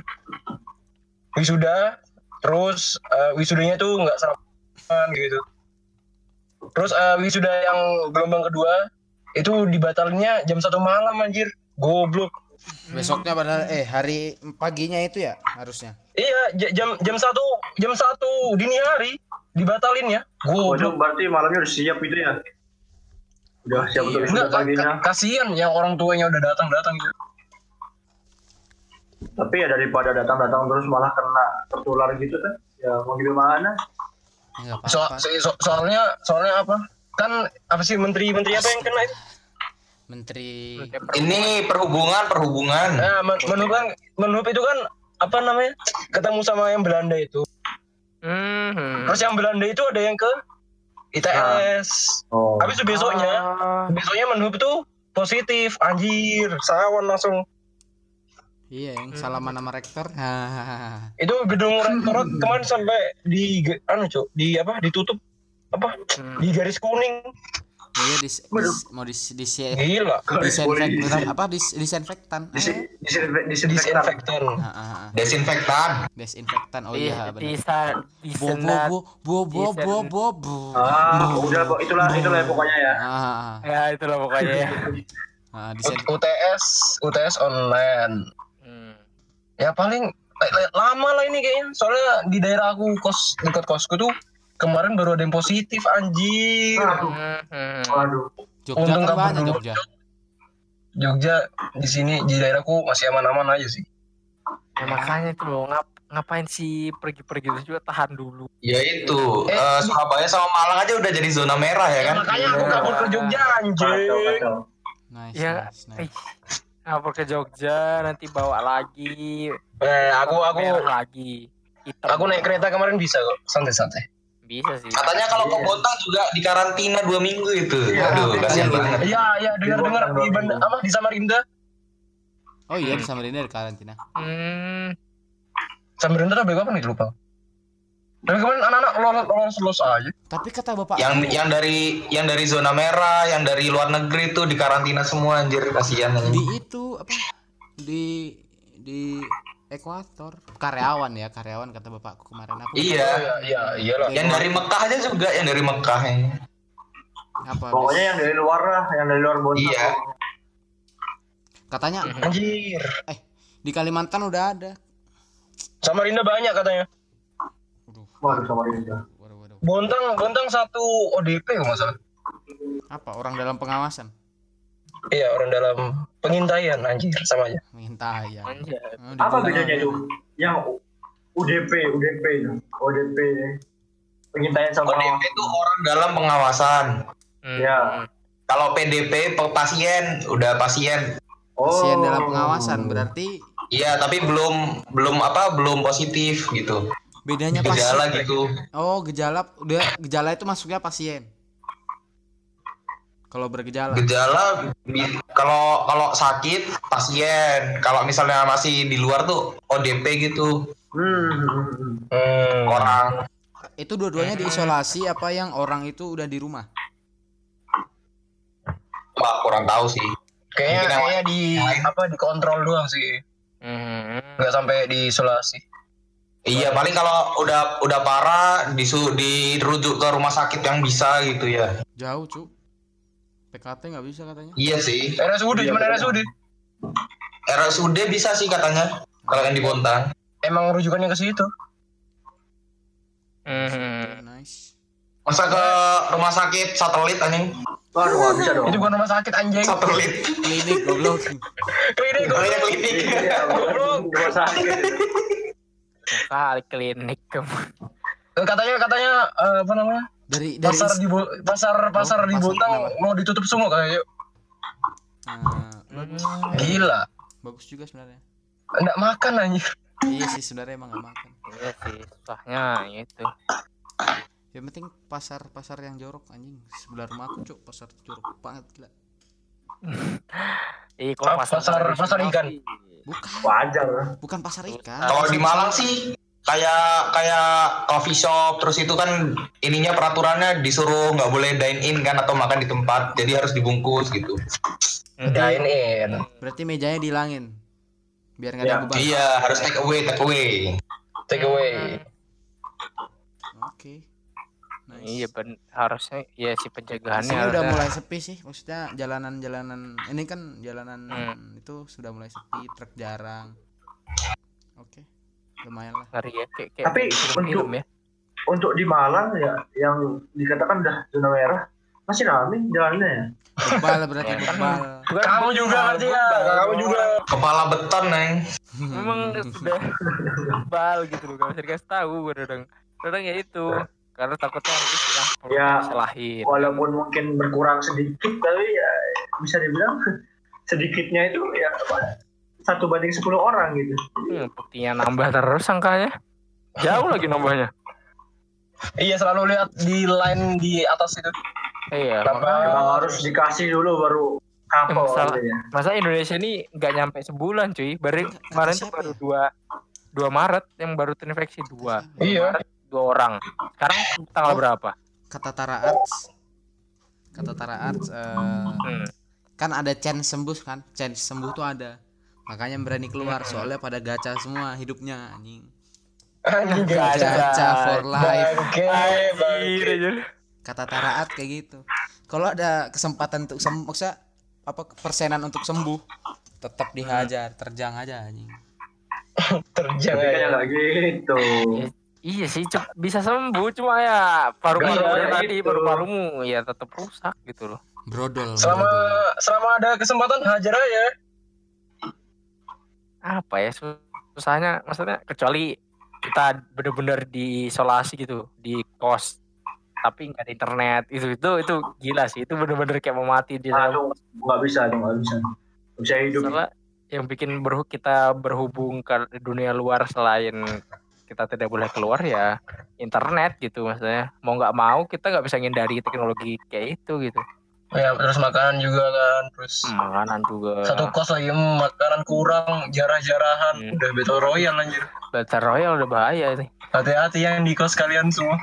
Terus wisudanya tuh nggak sarapan gitu. Terus wisuda yang gelombang kedua itu dibatalinnya jam 1 malam anjir. Goblok. Besoknya padahal hari paginya itu ya harusnya. Iya, jam 1 dini hari dibatalin ya. Goblok. Berarti malamnya udah siap gitu ya. Udah siap untuk wisuda paginya. Kasihan yang orang tuanya udah datang gitu. Tapi ya daripada datang terus malah kena tertular gitu kan, ya mau gimana? Soalnya apa? Kan apa sih menteri apa yang kena itu? Menteri ini perhubungan. Nah, Menhub itu kan apa namanya? Ketemu sama yang Belanda itu. Terus yang Belanda itu ada yang ke ITS. Habis itu besoknya Menhub tuh positif, anjir, sawan langsung. Iya, yang salaman sama rektor. Itu gedung rektorat kemarin sampai ditutup di garis kuning. Iya, disinfektan. Desinfektan. Oh iya benar. Itulah pokoknya ya. Ya itulah pokoknya ya. UTS online. Ya paling lama lah ini kayaknya. Soalnya di daerah aku dekat kosku tuh kemarin baru ada yang positif anjir. Waduh. Jogja kan banyak Jogja di sini di daerahku masih aman-aman aja sih. Ya, makanya itu loh ngapain sih pergi-pergi itu juga tahan dulu. Ya itu Surabaya sama Malang aja udah jadi zona merah ya kan. Makanya aku kabur ke Jogja anjir. Nice. Kabur ke Jogja nanti bawa lagi. Aku lagi. Aku naik kereta kemarin bisa kok, santai-santai. Bisa sih. Katanya kalau ke Bontang juga dikarantina 2 minggu itu. Aduh, kasihan banget. Iya, dengar di Samarinda. Oh iya, di Samarinda ada karantina. Samarinda apa nih lupa. Dan kemarin anak-anak lolos aja. Tapi kata bapak yang dari zona merah, yang dari luar negeri tuh dikarantina semua anjir, kasihan anjir. Di itu apa? Di Ekuator. Karyawan kata bapakku kemarin aku. Iya. Yang dari Mekah aja juga, yang dari Mekah ini. Pokoknya yang dari luar Bontang. Iya. Katanya anjir. Di Kalimantan udah ada. Samarinda banyak katanya. Waduh, Samarinda. Bontang 1 ODP kok enggak salah. Apa? Orang dalam pengawasan. Iya, orang dalam pengintaian anjir sama aja. Pengintaian. Apa bedanya itu? Yang UDP itu. ODP pengintaian sama ODP itu orang dalam pengawasan. Ya. Kalau PDP pasien, udah pasien. Pasien dalam pengawasan berarti iya, tapi belum positif gitu. Bedanya gejala pasien. Gitu. Oh, gejala itu masuknya pasien. Kalau bergejala. Kalau sakit pasien, kalau misalnya masih di luar tuh ODP gitu. Orang. Itu dua-duanya diisolasi apa yang orang itu udah di rumah? Wah, kurang tahu sih. Kayaknya dikontrol doang sih. Nggak sampai diisolasi. Iya, paling kalau udah parah dirujuk ke rumah sakit yang bisa gitu ya. Jauh, Cuk. PKT nggak bisa katanya. Iya sih. RSUD RSUD bisa sih katanya kalau yang di Bontang. Emang rujukannya ke situ. Nice. Masa ke rumah sakit satelit anjing? Waduh, nggak bisa dong. Itu bukan rumah sakit anjing. Satelit. Klinik goblok. Klinik. Goblok. Rumah sakit. Kali klinik. Katanya apa namanya? Dari pasar di Bontang mau ditutup semua kayaknya. Gila. Bagus juga sebenarnya. Enggak makan anjir. Iya sih sebenarnya emang enggak makan. Iya sih, susahnya itu. Yang penting pasar yang jorok anjing. Sebelah rumahku, Cuk, pasar jorok banget gila. Pasar ikan. Bukan. Wajar. Bukan pasar ikan. Kalau di Malang sih kayak coffee shop, terus itu kan ininya peraturannya disuruh nggak boleh dine in kan atau makan di tempat, jadi harus dibungkus gitu. Dine in. Berarti mejanya dihilangin biar nggak ada beban. Iya, harus take away. Oke. Nice. Iya harusnya ya si pencegahannya. Sini udah mulai sepi sih, maksudnya jalanan ini kan jalanan itu sudah mulai sepi, truk jarang. Oke. Lumayan lah. Ngeri ya, kayak tapi untuk di Malang ya yang dikatakan udah zona merah masih ramai jalannya ya. Bebal berarti bebal. Kamu juga berarti ya. Kamu juga. Kepala beton, Neng. Memang sudah bebal gitu loh, gak bisa dikasih tahu kadang ya itu. Karena takutnya ya disalahin. Walaupun mungkin berkurang sedikit tapi ya bisa dibilang sedikitnya itu ya 1 banding 10 orang gitu. Buktinya nambah terus angkanya. Jauh lagi nambahnya. Iya, selalu lihat di line di atas itu. Iya, emang harus dikasih dulu baru Masa Indonesia ini nggak nyampe sebulan cuy. Kemarin tuh baru 2 Maret yang baru terinfeksi 2. Iya. 2 orang. Sekarang tanggal berapa? Kata Tara Arts kan ada chance sembuh kan? Chance sembuh tuh ada. Makanya berani keluar soalnya pada gacha semua hidupnya anjing. Gacha for life. Kata Tara Arts kayak gitu. Kalau ada kesempatan untuk maksudnya persenan untuk sembuh tetap dihajar, terjang aja anjing. Terjang aja kayak gitu. Iya sih bisa sembuh cuma ya paru-parumu ya tetap rusak gitu loh. Brodol. Selama ada kesempatan hajar aja. Apa ya susahnya maksudnya kecuali kita benar-benar diisolasi gitu di kos tapi nggak ada internet itu gila sih, itu benar-benar kayak mau mati di dalam. Nggak bisa hidup. Soalnya yang bikin kita berhubung ke dunia luar selain kita tidak boleh keluar ya internet gitu, maksudnya mau nggak mau kita nggak bisa ngindari teknologi kayak itu gitu. Ya terus makanan juga kan, terus makanan juga. Satu kos lagi makanan kurang, jarah-jarahan, udah Battle Royale anjir. Battle Royale udah bahaya ini. Hati-hati yang di kos kalian semua.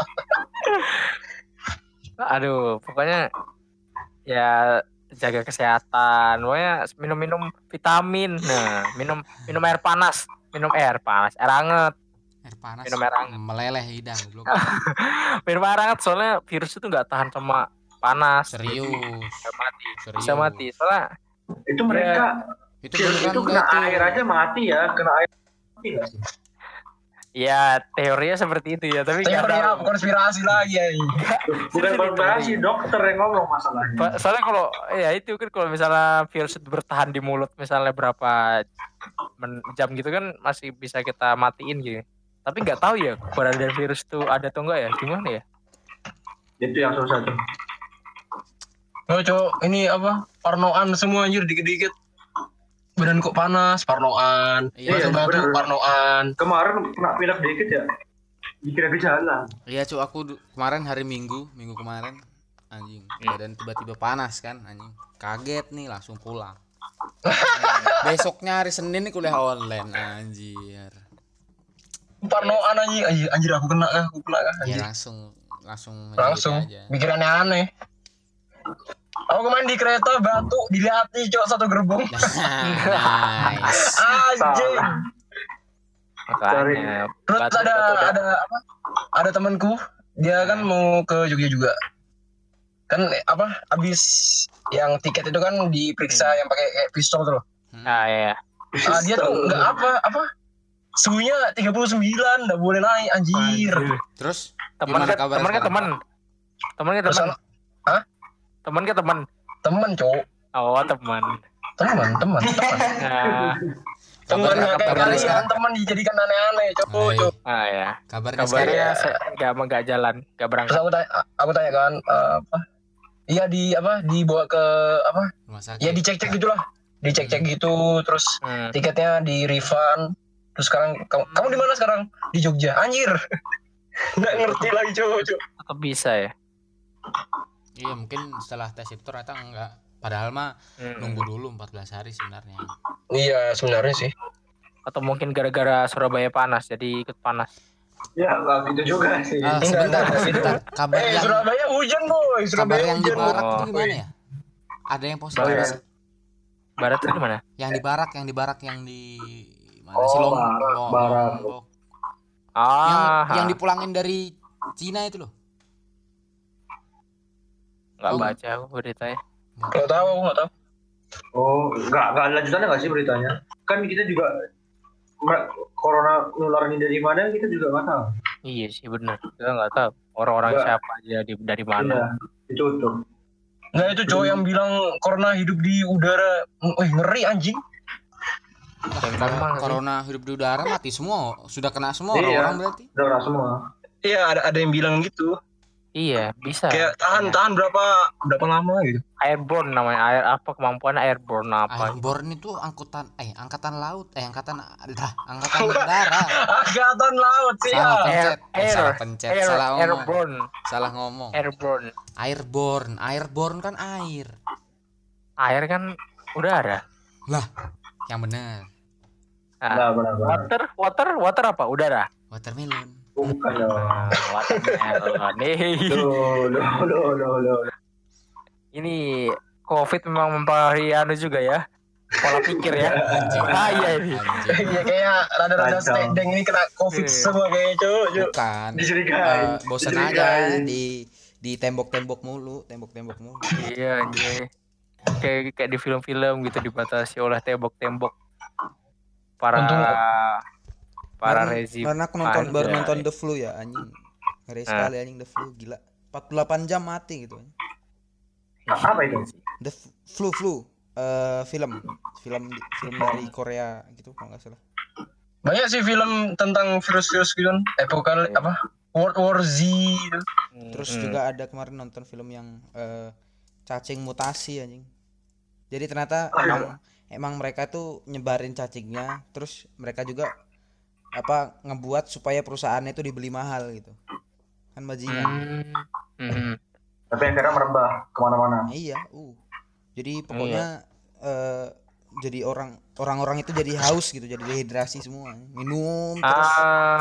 Aduh, pokoknya ya jaga kesehatan, pokoknya minum vitamin. Nah, minum air panas, air hangat. Minum air hangat. Meleleh hidang dulu. Minum air hangat soalnya virus itu nggak tahan sama panas. Serius. Bisa mati. Soalnya itu mereka itu kena air aja mati ya, kena air mati nggak sih? Ya teorinya seperti itu ya, tapi teorinya konspirasi lagi ya. Bukan konspirasi, dokter yang ngomong masalahnya. Soalnya kalau ya itu kan kalau misalnya virus itu bertahan di mulut misalnya berapa jam gitu kan masih bisa kita matiin gitu. Tapi nggak tahu ya keberadaan virus itu ada atau enggak ya, gimana ya? Itu yang susah tuh. Oh cowok ini apa? Parnoan semua anjir dikit-dikit. Badan kok panas, parnoan. Iya, batu parnoan. Kemarin kena pilek dikit ya. Dikira gejala. Iya, Cuk, aku kemarin hari Minggu kemarin anjing. Badan tiba-tiba panas kan anjing. Kaget nih langsung pulang. Besoknya hari Senin nih kuliah online anjir. Parnoan anjir aku kena kah? Ya langsung mikir aneh-aneh. Aku kemarin di kereta batuk dilihatin cok satu gerbong. Nice. Anjing. Terus ada temanku, dia kan mau ke Jogja juga. Kan abis yang tiket itu kan diperiksa yang pakai kayak pistol tuh loh. Iya. Dia tuh enggak suhunya 39, enggak boleh naik anjir. Terus teman Teman, Cok. Oh, teman. Teman dijadikan aneh-aneh, Cok. Ya. Kabarnya enggak jalan, enggak berangkat. Terus aku tanya kan iya dibawa ke rumah sakit. Ya dicek-cek gitulah. Dicek-cek gitu, terus tiketnya di refund. Terus sekarang kamu di mana sekarang? Di Jogja. Anjir. Enggak ngerti lagi, Cok. Tetap bisa ya. Iya mungkin setelah tes itu ternyata enggak. Padahal mah nunggu dulu 14 hari sebenarnya. Iya sebenarnya sih. Atau mungkin gara-gara Surabaya panas jadi ikut panas. Ya nggak gitu juga sih. Sebentar. Kabar yang Surabaya hujan boy. Kabar yang di barak itu gimana ya? Ada yang positif. Barat itu gimana? Yang di barak yang di mana sih Lombok. Yang dipulangin dari Cina itu loh. Nggak baca aku beritanya. Nggak tahu. Oh, nggak lanjutannya nggak sih beritanya? Kan kita juga corona nularnya dari mana kita juga nggak tahu. Iya sih benar. Kita nggak tahu orang-orang siapa aja dari mana. Iya, itu tuh. Nah itu cowok yang bilang corona hidup di udara. Ngeri anjing. Corona hidup di udara mati semua. Sudah kena semua orang berarti. Sudah kena semua. Iya ada yang bilang gitu. Iya bisa. Kayak tahan berapa lama gitu. Airborne namanya, kemampuan airborne apa? Airborne itu angkatan laut, angkatan udara. Angkatan laut sih. Salah ngomong. Airborne Airborne kan air. Air kan udara. Lah, yang benar. Nah, water apa? Udara. Watermelon. Bukan dong. Watermelon. Loh. Ini COVID memang mempengaruhi juga ya. Pola pikir ya. Bahaya ini. Iya kayak rada-rada stedeng ini kena COVID semua kayaknya, Cuk. Bukan. Bosan aja di tembok-tembok mulu. Iya, anjir. Kayak di film-film gitu dibatasi oleh tembok-tembok. Para rezim. Karena aku baru nonton The Flu ya, anjing. Ngeri sekali anjing The Flu, gila. 48 jam mati gitu. Apa itu? The Flu. Film dari Korea gitu kalau nggak salah. Banyak sih film tentang virus-virus gitu kan. Apa? World War Z gitu. Terus juga ada kemarin nonton film yang cacing mutasi anjing. Jadi ternyata emang mereka tuh nyebarin cacingnya, terus mereka juga ngebuat supaya perusahaannya itu dibeli mahal gitu. Kan bajingan. Tapi akhirnya merembah kemana-mana. Iya, jadi pokoknya jadi orang-orang itu jadi haus gitu, jadi dehidrasi semua, minum terus.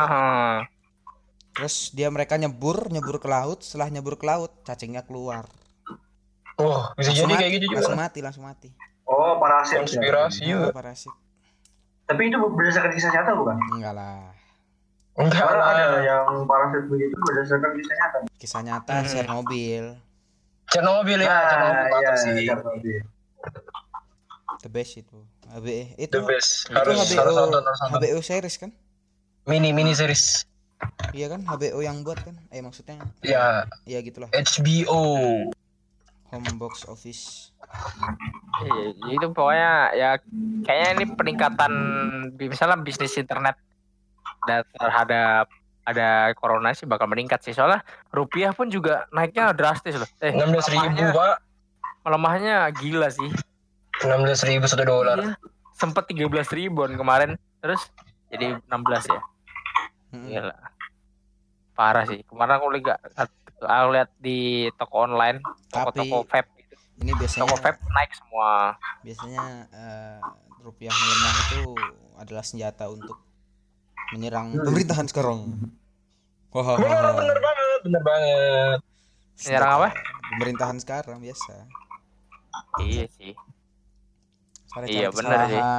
Terus mereka nyebur ke laut, setelah nyebur ke laut cacingnya keluar. Oh, bisa jadi kayak gitu juga. Langsung mati. Oh, parasit. Konspirasi ya. Parasit. Tapi itu berdasarkan kisah nyata bukan? Enggak lah. Ada yang parasit begitu berdasarkan kisah nyata. Kisah nyata Chernobyl ya, Chernobyl. The best itu. The best. Harus nonton. HBO series kan? Mini series. Iya kan, HBO yang buat kan? Maksudnya. Iya. Iya gitulah. HBO. Home box office. Iya, itu pokoknya ya kayaknya ini peningkatan misalnya bisnis internet terhadap ada corona sih bakal meningkat sih, soalnya rupiah pun juga naiknya drastis loh. 16.000 Pak. Melemahnya gila sih. 16.000 $1. Iya, sempet 13.000-an kemarin, terus jadi 16 ya. Gila. Parah sih. Kemarin aku lihat di toko online, toko vape gitu. Ini biasanya toko vape naik semua. Biasanya rupiah melemah itu adalah senjata untuk menyerang pemerintahan sekarang. Wah. Bener banget. Menyerang apa? Pemerintahan sekarang biasa. Iya sih. Iya benar sih.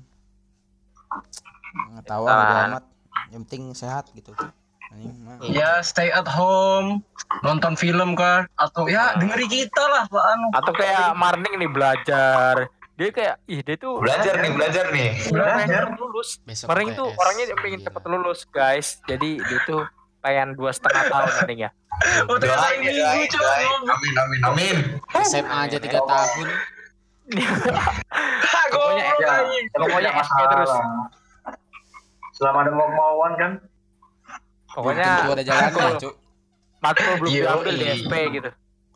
Nggak tahu amat. Yang penting sehat gitu. Ya stay at home, nonton film kan, atau ya dengeri kita lah Pak Anu. Atau kayak Marning nih belajar. Dia kayak dia tuh belajar nih. Lulus. Marning tuh orangnya pengen cepet lulus guys. Jadi dia tuh pengen 2,5 tahun Marning ya. Amin. SMA aja 3 tahun. Pokoknya SP terus. Selama ada mau-mauan kan. Pokoknya ada jalannya, Cuk. Makro belum diambil di SP gitu.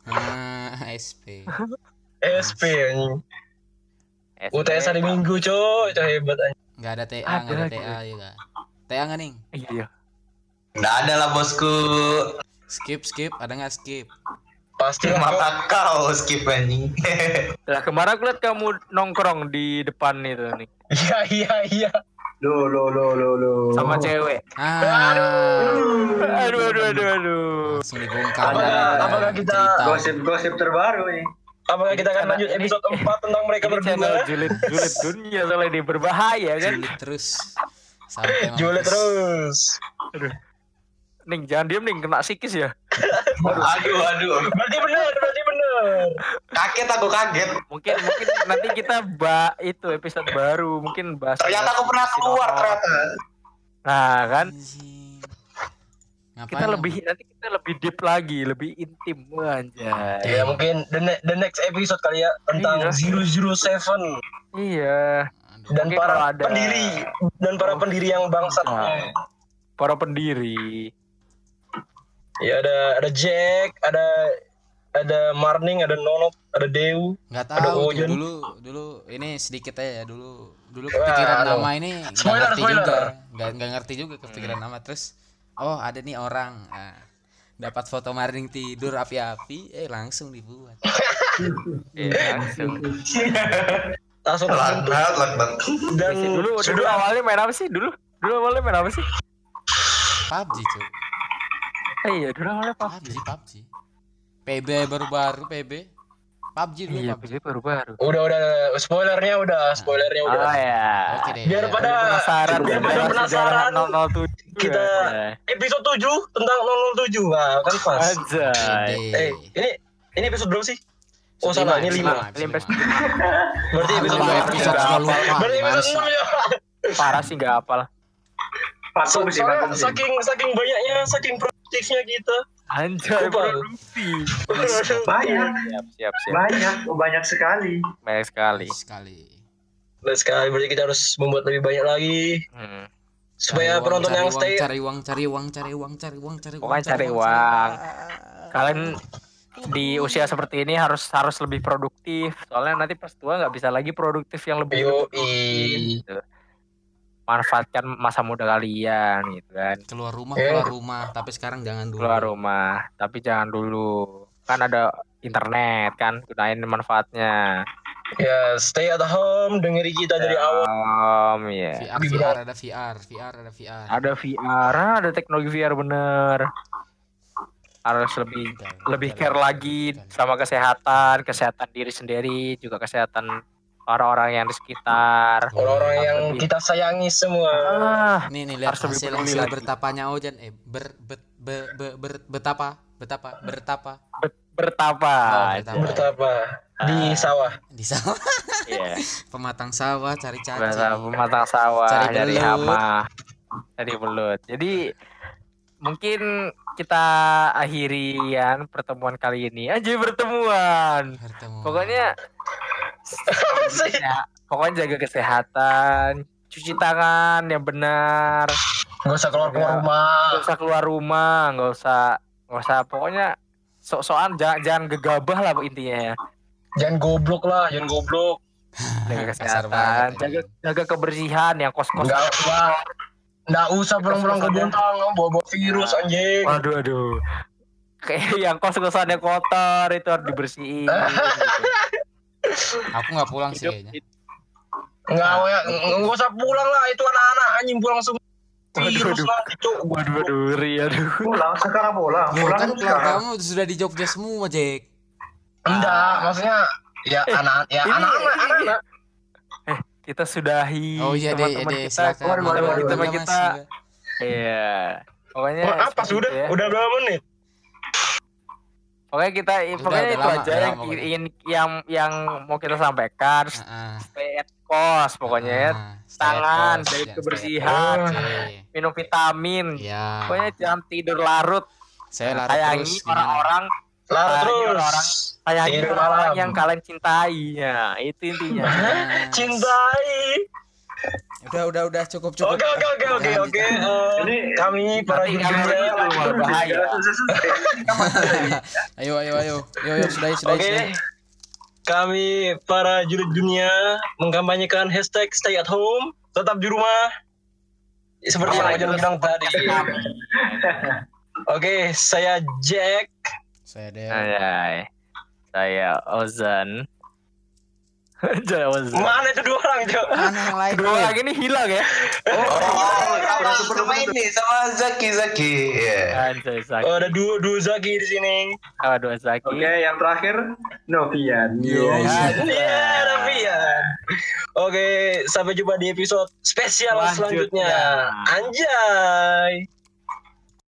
SP anjing. UTS hari Minggu, Cuk. Itu hebat anjing. Enggak ada TA ya enggak. TA enggak, Ning? Iya. Enggak ada lah, Bosku. Skip, ada enggak skip? Pasti mata kau skip anjing. Lah kemarin aku lihat kamu nongkrong di depan itu nih. Iya. Loh. Sama cewek. Aduh. Langsung dibongkar. Apakah kita gosip terbaru nih? Apakah kita akan lanjut episode 4 tentang mereka berdua? Julid dunia soalnya dia berbahaya kan. Julid terus. Aduh. Ning jangan diem Ning, kena psikis ya. Aduh. Berarti bener. Aku kaget. Mungkin nanti kita itu episode baru, mungkin bahas. Ternyata aku pernah keluar ternyata. Nah, kan. Ngapain? Kita lebih deep lagi, lebih intim aja. Ya mungkin the next episode kali ya tentang 007. Iya. Dan para pendiri yang bangsatnya. Para pendiri. Ya ada Jack, ada Marning, ada Nonop, ada Dew. Nggak tahu dulu ini sedikit aja ya dulu kepikiran nama ini nggak ngerti juga kepikiran nama, terus ada nih orang dapat foto Marning tidur api-api langsung dibuat. Iya, langsung laknat. Dan dulu awalnya main apa sih? Dulu awalnya main apa sih? PUBG, Cuk. Iya, dulu awalnya PUBG. PB baru-baru PB. PUBG dulu, iya, PUBG baru-baru. Udah. Spoilernya udah. Oh ya. Oke deh. Biar pada penasaran 007. Kita episode 7 tentang 007. Nah, kan pas. Anjay. Ini episode berapa sih? Oh salah, ini 5. Berarti episode 6 ya. Parah sih enggak hafal. Saking banyaknya, saking produktifnya kita. Anjay, produktif. Banyak. Siap. Banyak sekali. Banyak sekali. Berarti kita harus membuat lebih banyak lagi. Supaya penonton yang stay cari uang. Pokoknya cari uang. Kalian di usia seperti ini harus lebih produktif. Soalnya nanti pas tua nggak bisa lagi produktif yang lebih gitu. Manfaatkan masa muda kalian gitu kan. Keluar rumah, tapi sekarang jangan dulu. Keluar rumah, tapi jangan dulu. Kan ada internet kan, gunain manfaatnya. Ya, stay at home, dengeri kita dari awal. Ya. VR ada VR. Ada VR, ada teknologi VR bener. Harus lebih care lagi sama kesehatan diri sendiri, juga kesehatan orang-orang yang di sekitar, orang-orang yang kita sayangi semua. Nih lihat hasil bertapanya Ojan bertapa di sawah. Iya. Pematang sawah cari caci. Pematang sawah cari hama, cari belut. Jadi mungkin kita akhiri pertemuan kali ini. Pertemuan. Pokoknya jaga kesehatan, cuci tangan yang benar. Nggak usah keluar rumah. Nggak usah. Pokoknya sok-sokan jangan gegabah lah intinya ya. Jangan goblok. Jaga kesehatan, jaga kebersihan yang kos-kos. Nggak usah pulang-pulang ke Bontang, bawa virus anjing. Waduh. Kayak yang kos-kosannya kotor itu harus dibersihin. Aku nggak pulang sih kayaknya. Nggak usah pulang lah, itu anak-anak anjing pulang semua. Waduh, Pulang sekarang pulang. Kan kamu sudah di Jogja semua, Jack. Enggak, maksudnya anak-anak. Kita sudahi teman-teman kita. Teman kita. Iya. Pokoknya apa sudah? Ya. Udah berapa menit? Pokoknya itu aja yang mau kita sampaikan. Stay at kos pokoknya. Tangan, jaga kebersihan, minum vitamin. Pokoknya jangan tidur larut. Saya larut sayangi orang-orang. Sayangi orang yang kalian cintai. Ya, itu intinya. Cintai. Udah cukup. Oke. Kami para jurnalis berbahaya. Ayo, sudah. Oke. Kami para jurut dunia mengkampanyekan hashtag stay at home, tetap di rumah. Seperti yang Ojan bilang tadi. Oke, saya Jack. Saya Del. Saya Ozan. Mana itu dua orang, Jo? Mana yang lain? Dua orang ini hilang ya? Sama ini sama Zaki. Oh, ada dua Zaki di sini. Dua Zaki. Oke, yang terakhir Novian. Novian. Oke, sampai jumpa di episode spesial selanjutnya. Anjay.